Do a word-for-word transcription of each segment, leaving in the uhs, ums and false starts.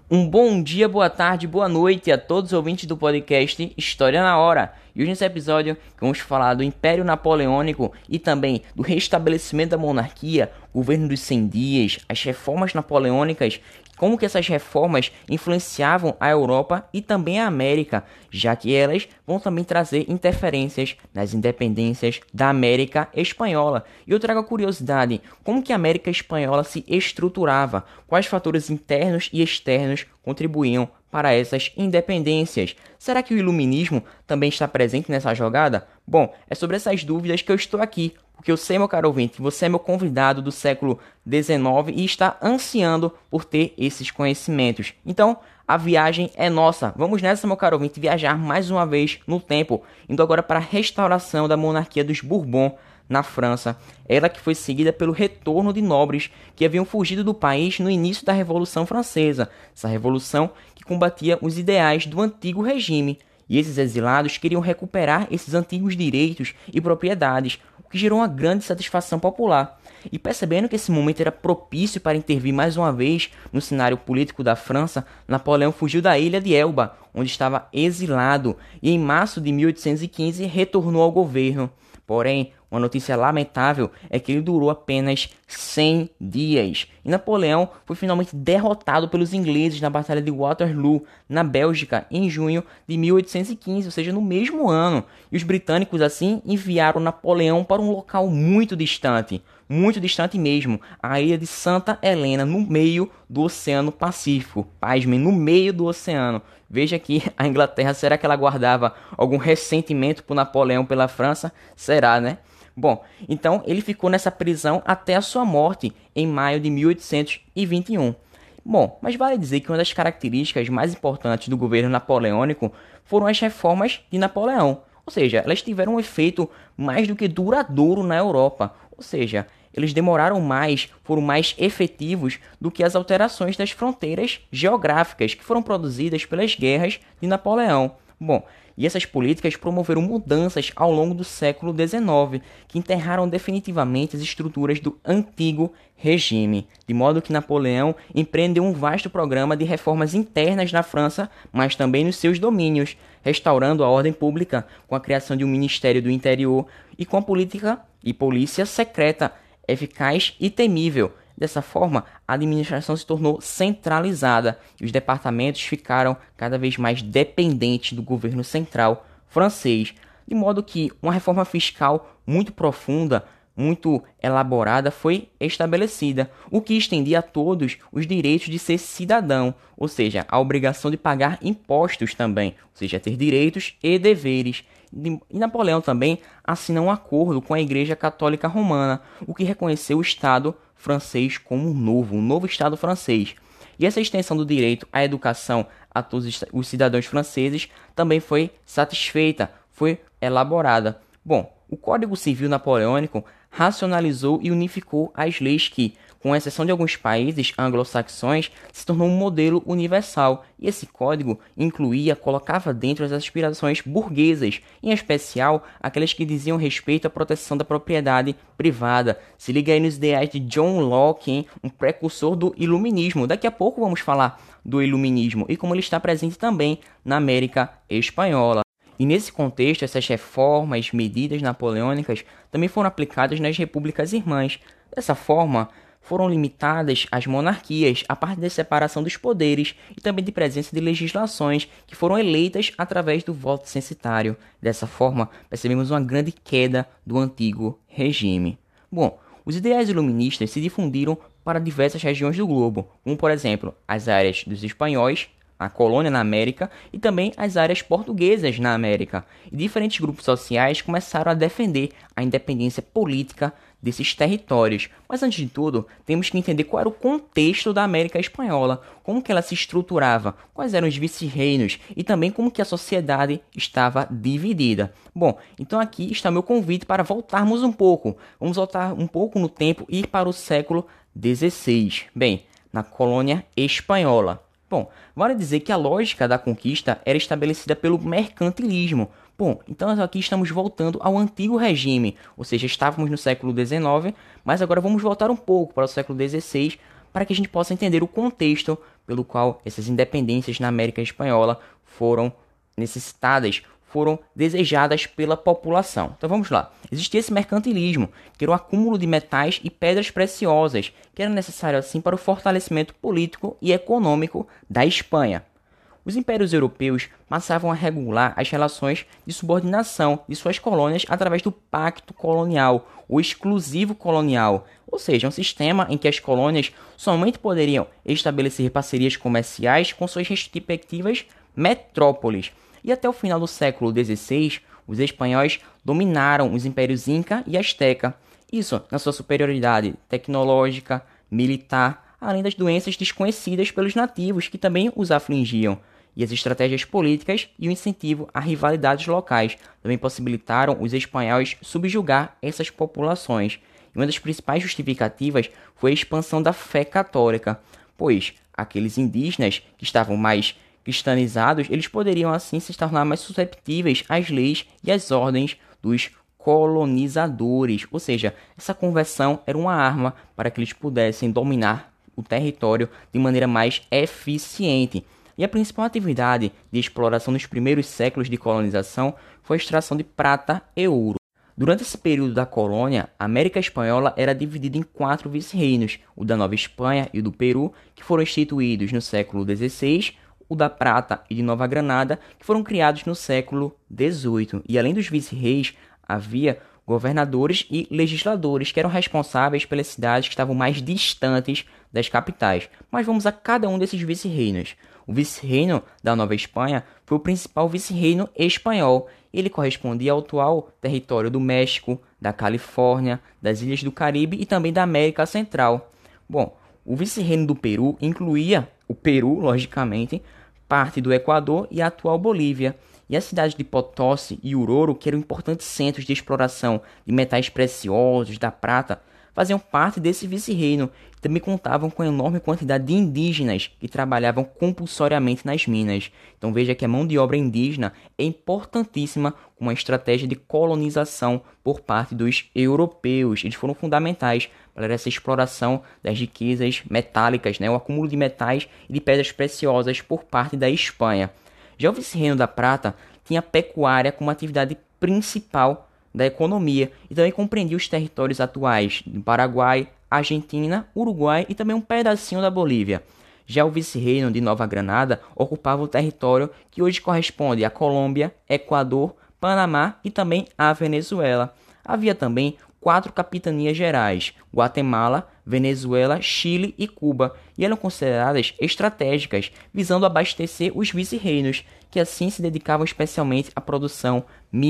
Um bom dia, boa tarde, boa noite a todos os ouvintes do podcast História na Hora. E hoje nesse episódio vamos falar do Império Napoleônico e também do restabelecimento da monarquia, governo dos cem dias, as reformas napoleônicas, como que essas reformas influenciavam a Europa e também a América, já que elas vão também trazer interferências nas independências da América Espanhola. E eu trago a curiosidade, como que a América Espanhola se estruturava, quais fatores internos e externos contribuíam para essas independências. Será que o iluminismo também está presente nessa jogada? Bom, é sobre essas dúvidas que eu estou aqui, porque eu sei, meu caro ouvinte, que você é meu convidado do século dezenove e está ansiando por ter esses conhecimentos. Então, a viagem é nossa. Vamos nessa, meu caro ouvinte, viajar mais uma vez no tempo, indo agora para a restauração da monarquia dos Bourbon na França, ela que foi seguida pelo retorno de nobres que haviam fugido do país no início da Revolução Francesa, essa revolução que combatia os ideais do antigo regime. E esses exilados queriam recuperar esses antigos direitos e propriedades, o que gerou uma grande satisfação popular. E percebendo que esse momento era propício para intervir mais uma vez no cenário político da França, Napoleão fugiu da ilha de Elba, onde estava exilado, e em março de mil oitocentos e quinze retornou ao governo. Porém, uma notícia lamentável é que ele durou apenas cem dias. E Napoleão foi finalmente derrotado pelos ingleses na Batalha de Waterloo, na Bélgica, em junho de mil oitocentos e quinze, ou seja, no mesmo ano. E os britânicos, assim, enviaram Napoleão para um local muito distante, muito distante mesmo, a ilha de Santa Helena, no meio do Oceano Pacífico. Pasmem, no meio do oceano. Veja que a Inglaterra, será que ela guardava algum ressentimento por Napoleão pela França? Será, né? Bom, então ele ficou nessa prisão até a sua morte, em maio de mil oitocentos e vinte e um. Bom, mas vale dizer que uma das características mais importantes do governo napoleônico foram as reformas de Napoleão. Ou seja, elas tiveram um efeito mais do que duradouro na Europa. Ou seja, eles demoraram mais, foram mais efetivos do que as alterações das fronteiras geográficas que foram produzidas pelas guerras de Napoleão. Bom, e essas políticas promoveram mudanças ao longo do século dezenove, que enterraram definitivamente as estruturas do antigo regime, de modo que Napoleão empreendeu um vasto programa de reformas internas na França, mas também nos seus domínios, restaurando a ordem pública com a criação de um Ministério do Interior e com a política e polícia secreta, eficaz e temível. Dessa forma, a administração se tornou centralizada e os departamentos ficaram cada vez mais dependentes do governo central francês, de modo que uma reforma fiscal muito profunda, muito elaborada foi estabelecida, o que estendia a todos os direitos de ser cidadão, ou seja, a obrigação de pagar impostos também, ou seja, ter direitos e deveres. E Napoleão também assinou um acordo com a Igreja Católica Romana, o que reconheceu o Estado francês como novo, um novo Estado francês. E essa extensão do direito à educação a todos os cidadãos franceses também foi satisfeita, foi elaborada. Bom, o Código Civil Napoleônico racionalizou e unificou as leis que, com exceção de alguns países anglo-saxões, se tornou um modelo universal, e esse código incluía, colocava dentro as aspirações burguesas, em especial aquelas que diziam respeito à proteção da propriedade privada. Se liga aí nos ideais de John Locke, hein? Um precursor do iluminismo. Daqui a pouco vamos falar do iluminismo e como ele está presente também na América Espanhola. E nesse contexto, essas reformas, medidas napoleônicas também foram aplicadas nas repúblicas irmãs. Dessa forma, foram limitadas as monarquias, a parte da separação dos poderes e também de presença de legislações que foram eleitas através do voto censitário. Dessa forma, percebemos uma grande queda do antigo regime. Bom, os ideais iluministas se difundiram para diversas regiões do globo, como por exemplo, as áreas dos espanhóis, a colônia na América e também as áreas portuguesas na América. E diferentes grupos sociais começaram a defender a independência política desses territórios. Mas antes de tudo, temos que entender qual era o contexto da América Espanhola, como que ela se estruturava, quais eram os vice-reinos e também como que a sociedade estava dividida. Bom, então aqui está meu convite para voltarmos um pouco. Vamos voltar um pouco no tempo e ir para o século dezesseis. Bem, na colônia espanhola. Bom, vale dizer que a lógica da conquista era estabelecida pelo mercantilismo. Bom, então aqui estamos voltando ao antigo regime, ou seja, estávamos no século dezenove, mas agora vamos voltar um pouco para o século dezesseis para que a gente possa entender o contexto pelo qual essas independências na América Espanhola foram necessitadas, foram desejadas pela população. Então vamos lá. Existia esse mercantilismo, que era o acúmulo de metais e pedras preciosas, que era necessário assim para o fortalecimento político e econômico da Espanha. Os impérios europeus passavam a regular as relações de subordinação de suas colônias através do pacto colonial, ou exclusivo colonial, ou seja, um sistema em que as colônias somente poderiam estabelecer parcerias comerciais com suas respectivas metrópoles. E até o final do século dezesseis, os espanhóis dominaram os impérios Inca e Azteca, isso na sua superioridade tecnológica, militar, além das doenças desconhecidas pelos nativos que também os afligiam. E as estratégias políticas e o incentivo a rivalidades locais também possibilitaram os espanhóis subjugar essas populações. E uma das principais justificativas foi a expansão da fé católica, pois aqueles indígenas que estavam mais cristianizados, eles poderiam assim se tornar mais susceptíveis às leis e às ordens dos colonizadores. Ou seja, essa conversão era uma arma para que eles pudessem dominar o território de maneira mais eficiente. E a principal atividade de exploração nos primeiros séculos de colonização foi a extração de prata e ouro. Durante esse período da colônia, a América Espanhola era dividida em quatro vice-reinos, o da Nova Espanha e o do Peru, que foram instituídos no século dezesseis, o da Prata e de Nova Granada, que foram criados no século dezoito. E além dos vice-reis, havia governadores e legisladores que eram responsáveis pelas cidades que estavam mais distantes das capitais. Mas vamos a cada um desses vice-reinos. O vice-reino da Nova Espanha foi o principal vice-reino espanhol. Ele correspondia ao atual território do México, da Califórnia, das Ilhas do Caribe e também da América Central. Bom, o vice-reino do Peru incluía o Peru, logicamente, parte do Equador e a atual Bolívia. E as cidades de Potosí e Oruro, que eram importantes centros de exploração de metais preciosos, da prata, faziam parte desse vice-reino e também contavam com a enorme quantidade de indígenas que trabalhavam compulsoriamente nas minas. Então veja que a mão de obra indígena é importantíssima como uma estratégia de colonização por parte dos europeus. Eles foram fundamentais para essa exploração das riquezas metálicas, né? O acúmulo de metais e de pedras preciosas por parte da Espanha. Já o vice-reino da Prata tinha a pecuária como atividade principal da economia e também compreendia os territórios atuais do Paraguai, Argentina, Uruguai e também um pedacinho da Bolívia. Já o vice-reino de Nova Granada ocupava o território que hoje corresponde à Colômbia, Equador, Panamá e também à Venezuela. Havia também quatro capitanias gerais: Guatemala, Venezuela, Chile e Cuba, e eram consideradas estratégicas, visando abastecer os vice-reinos, que assim se dedicavam especialmente à produção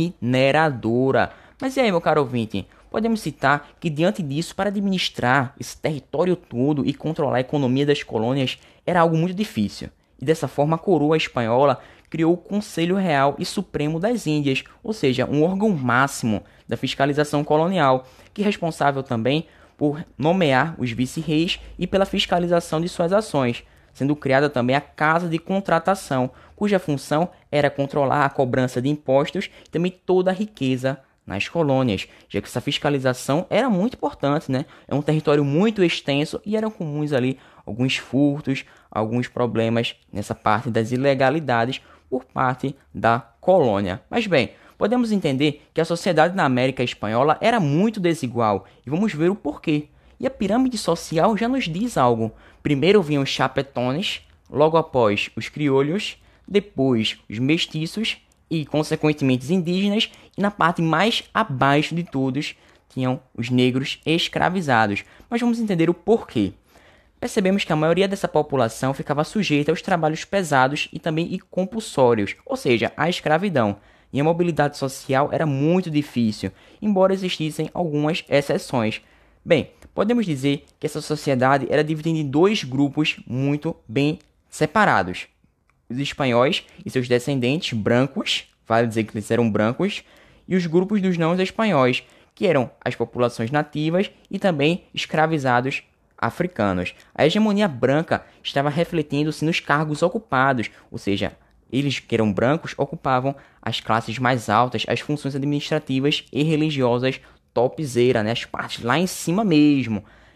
mineradora. Mas e aí, meu caro ouvinte? Podemos citar que, diante disso, para administrar esse território todo e controlar a economia das colônias era algo muito difícil. E dessa forma, a coroa espanhola criou o Conselho Real e Supremo das Índias, ou seja, um órgão máximo da fiscalização colonial, que é responsável também por nomear os vice-reis e pela fiscalização de suas ações, sendo criada também a Casa de Contratação, cuja função era controlar a cobrança de impostos e também toda a riqueza nas colônias, já que essa fiscalização era muito importante, né? É um território muito extenso e eram comuns ali alguns furtos, alguns problemas nessa parte das ilegalidades por parte da colônia. Mas bem, podemos entender que a sociedade na América Espanhola era muito desigual e vamos ver o porquê. E a pirâmide social já nos diz algo. Primeiro vinham os chapetones, logo após os criolhos, depois os mestiços e, consequentemente, os indígenas, e na parte mais abaixo de todos tinham os negros escravizados. Mas vamos entender o porquê. Percebemos que a maioria dessa população ficava sujeita aos trabalhos pesados e também e compulsórios, ou seja, à escravidão. E a mobilidade social era muito difícil, embora existissem algumas exceções. Bem, podemos dizer que essa sociedade era dividida em dois grupos muito bem separados. Os espanhóis e seus descendentes brancos, vale dizer que eles eram brancos, e os grupos dos não espanhóis, que eram as populações nativas e também escravizados africanos. A hegemonia branca estava refletindo-se nos cargos ocupados, ou seja, eles que eram brancos ocupavam as classes mais altas, as funções administrativas e religiosas topzera, né, as partes lá em cima mesmo.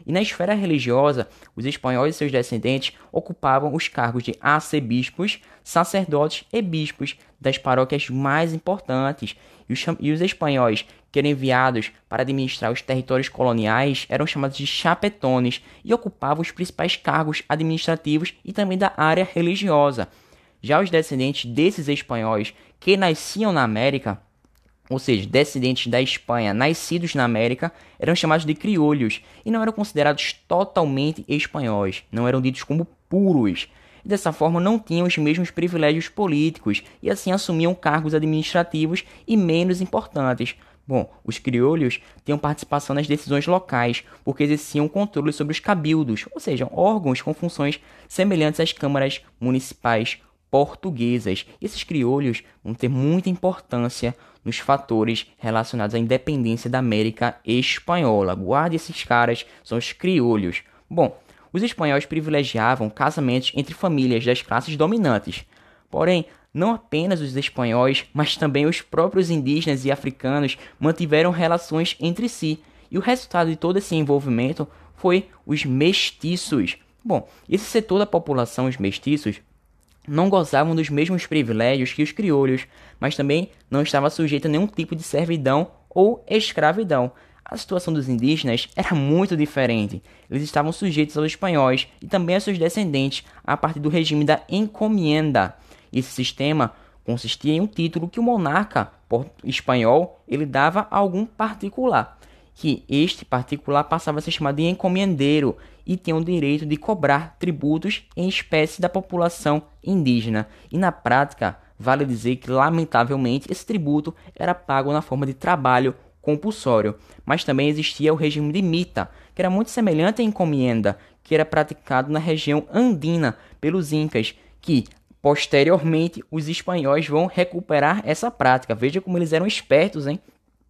E na esfera religiosa, os espanhóis e seus descendentes ocupavam os cargos de arcebispos, sacerdotes e bispos das paróquias mais importantes. E os, e os espanhóis, que eram enviados para administrar os territórios coloniais, eram chamados de chapetones e ocupavam os principais cargos administrativos e também da área religiosa. Já os descendentes desses espanhóis que nasciam na América, ou seja, descendentes da Espanha nascidos na América, eram chamados de criolhos e não eram considerados totalmente espanhóis, não eram ditos como puros. E dessa forma não tinham os mesmos privilégios políticos e assim assumiam cargos administrativos e menos importantes. Bom, os criolhos tinham participação nas decisões locais, porque exerciam controle sobre os cabildos, ou seja, órgãos com funções semelhantes às câmaras municipais portuguesas. E esses criolhos vão ter muita importância nos fatores relacionados à independência da América Espanhola. Guarde esses caras, são os criolhos. Bom, os espanhóis privilegiavam casamentos entre famílias das classes dominantes. Porém, não apenas os espanhóis, mas também os próprios indígenas e africanos mantiveram relações entre si. E o resultado de todo esse envolvimento foi os mestiços. Bom, esse setor da população, os mestiços, não gozavam dos mesmos privilégios que os criolhos, mas também não estava sujeito a nenhum tipo de servidão ou escravidão. A situação dos indígenas era muito diferente. Eles estavam sujeitos aos espanhóis e também a seus descendentes a partir do regime da encomienda. Esse sistema consistia em um título que o monarca espanhol ele dava a algum particular, que este particular passava a ser chamado de encomendeiro e tinha o direito de cobrar tributos em espécie da população indígena. E na prática, vale dizer que, lamentavelmente, esse tributo era pago na forma de trabalho compulsório. Mas também existia o regime de mita, que era muito semelhante à encomienda, que era praticado na região andina pelos incas, que posteriormente os espanhóis vão recuperar essa prática. Veja como eles eram espertos, hein?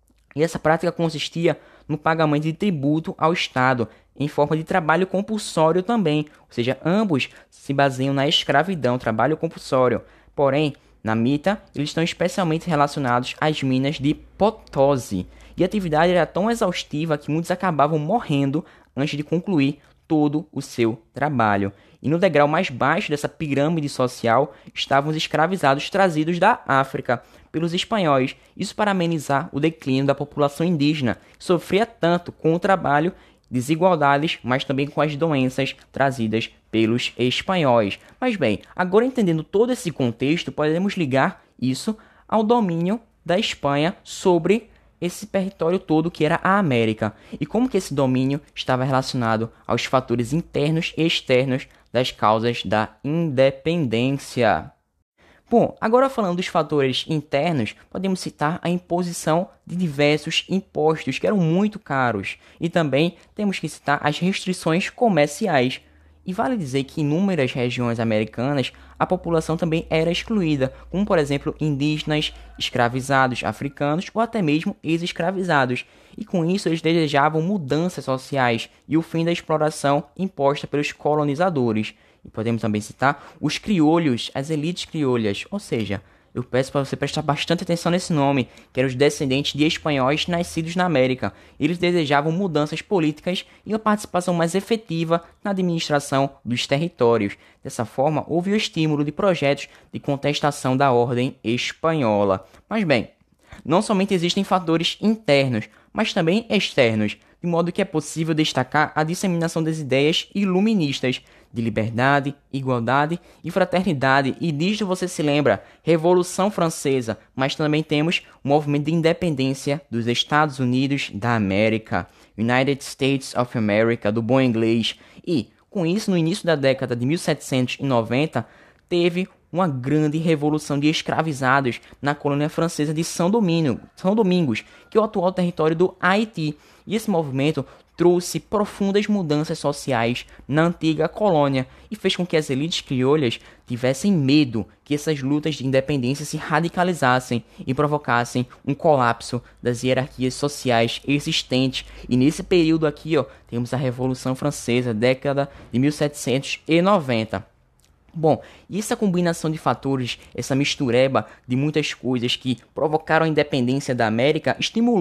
E essa prática consistia no pagamento de tributo ao Estado, em forma de trabalho compulsório também, ou seja, ambos se baseiam na escravidão, trabalho compulsório. Porém, na mita, eles estão especialmente relacionados às minas de Potosí, e a atividade era tão exaustiva que muitos acabavam morrendo antes de concluir todo o seu trabalho. E no degrau mais baixo dessa pirâmide social estavam os escravizados trazidos da África pelos espanhóis, isso para amenizar o declínio da população indígena, que sofria tanto com o trabalho, desigualdades, mas também com as doenças trazidas pelos espanhóis. Mas bem, agora entendendo todo esse contexto, podemos ligar isso ao domínio da Espanha sobre esse território todo que era a América, e como que esse domínio estava relacionado aos fatores internos e externos das causas da independência. Bom, agora falando dos fatores internos, podemos citar a imposição de diversos impostos que eram muito caros, e também temos que citar as restrições comerciais. E vale dizer que em inúmeras regiões americanas a população também era excluída, como por exemplo indígenas, escravizados africanos ou até mesmo ex-escravizados. E com isso eles desejavam mudanças sociais e o fim da exploração imposta pelos colonizadores. E podemos também citar os criolhos, as elites criolhas, ou seja, eu peço para você prestar bastante atenção nesse nome, que eram os descendentes de espanhóis nascidos na América. Eles desejavam mudanças políticas e uma participação mais efetiva na administração dos territórios. Dessa forma, houve o estímulo de projetos de contestação da ordem espanhola. Mas bem, não somente existem fatores internos, mas também externos, de modo que é possível destacar a disseminação das ideias iluministas de liberdade, igualdade e fraternidade, e disto você se lembra, Revolução Francesa, mas também temos o movimento de independência dos Estados Unidos da América, United States of America, do bom inglês, e com isso, no início da década de mil setecentos e noventa, teve uma grande revolução de escravizados na colônia francesa de São Domingo, São Domingos, que é o atual território do Haiti. E esse movimento trouxe profundas mudanças sociais na antiga colônia e fez com que as elites criolhas tivessem medo que essas lutas de independência se radicalizassem e provocassem um colapso das hierarquias sociais existentes. E nesse período aqui, ó, temos a Revolução Francesa, década de mil setecentos e noventa. Bom, e essa combinação de fatores, essa mistureba de muitas coisas que provocaram a independência da América, estimulou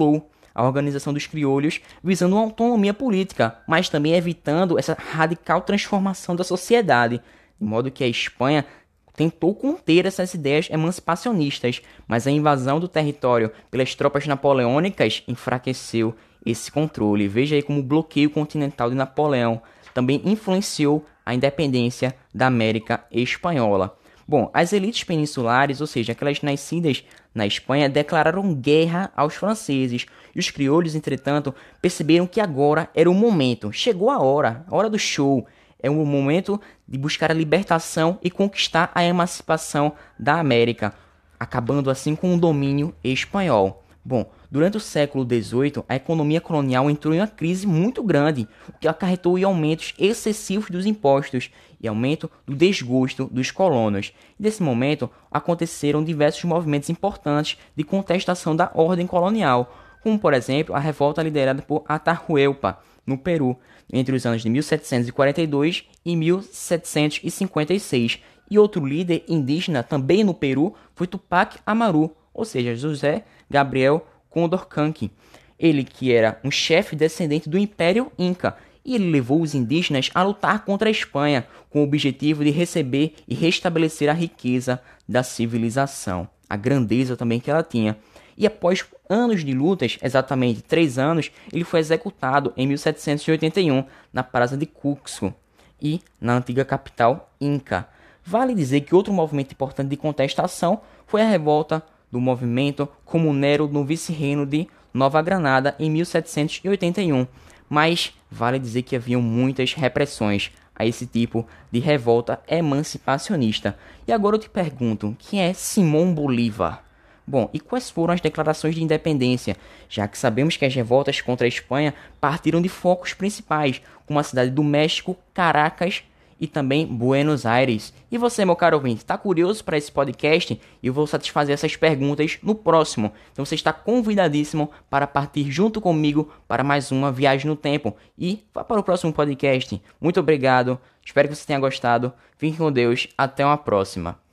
a organização dos crioulos visando uma autonomia política, mas também evitando essa radical transformação da sociedade, de modo que a Espanha tentou conter essas ideias emancipacionistas, mas a invasão do território pelas tropas napoleônicas enfraqueceu esse controle. Veja aí como o bloqueio continental de Napoleão também influenciou a independência da América Espanhola. Bom, as elites peninsulares, ou seja, aquelas nascidas na Espanha, declararam guerra aos franceses. E os crioulos, entretanto, perceberam que agora era o momento. Chegou a hora, a hora do show. É o momento de buscar a libertação e conquistar a emancipação da América, acabando assim com o domínio espanhol. Bom, durante o século dezoito, a economia colonial entrou em uma crise muito grande, o que acarretou em aumentos excessivos dos impostos e aumento do desgosto dos colonos. E nesse momento, aconteceram diversos movimentos importantes de contestação da ordem colonial, como, por exemplo, a revolta liderada por Atahualpa, no Peru, entre os anos de mil setecentos e quarenta e dois e mil setecentos e cinquenta e seis. E outro líder indígena também no Peru foi Tupac Amaru, ou seja, José Gabriel Condorcanqui. Ele que era um chefe descendente do Império Inca, e ele levou os indígenas a lutar contra a Espanha, com o objetivo de receber e restabelecer a riqueza da civilização, a grandeza também que ela tinha. E após anos de lutas, exatamente três anos, ele foi executado em mil setecentos e oitenta e um na Praça de Cusco e na antiga capital Inca. Vale dizer que outro movimento importante de contestação foi a revolta do movimento comunero no vice-reino de Nova Granada em mil setecentos e oitenta e um, mas vale dizer que haviam muitas repressões a esse tipo de revolta emancipacionista. E agora eu te pergunto, quem é Simón Bolívar? Bom, e quais foram as declarações de independência, já que sabemos que as revoltas contra a Espanha partiram de focos principais, como a cidade do México, Caracas e também Buenos Aires. E você, meu caro ouvinte, está curioso para esse podcast? Eu vou satisfazer essas perguntas no próximo. Então você está convidadíssimo para partir junto comigo para mais uma viagem no tempo. E vá para o próximo podcast. Muito obrigado, espero que você tenha gostado. Fique com Deus, até uma próxima.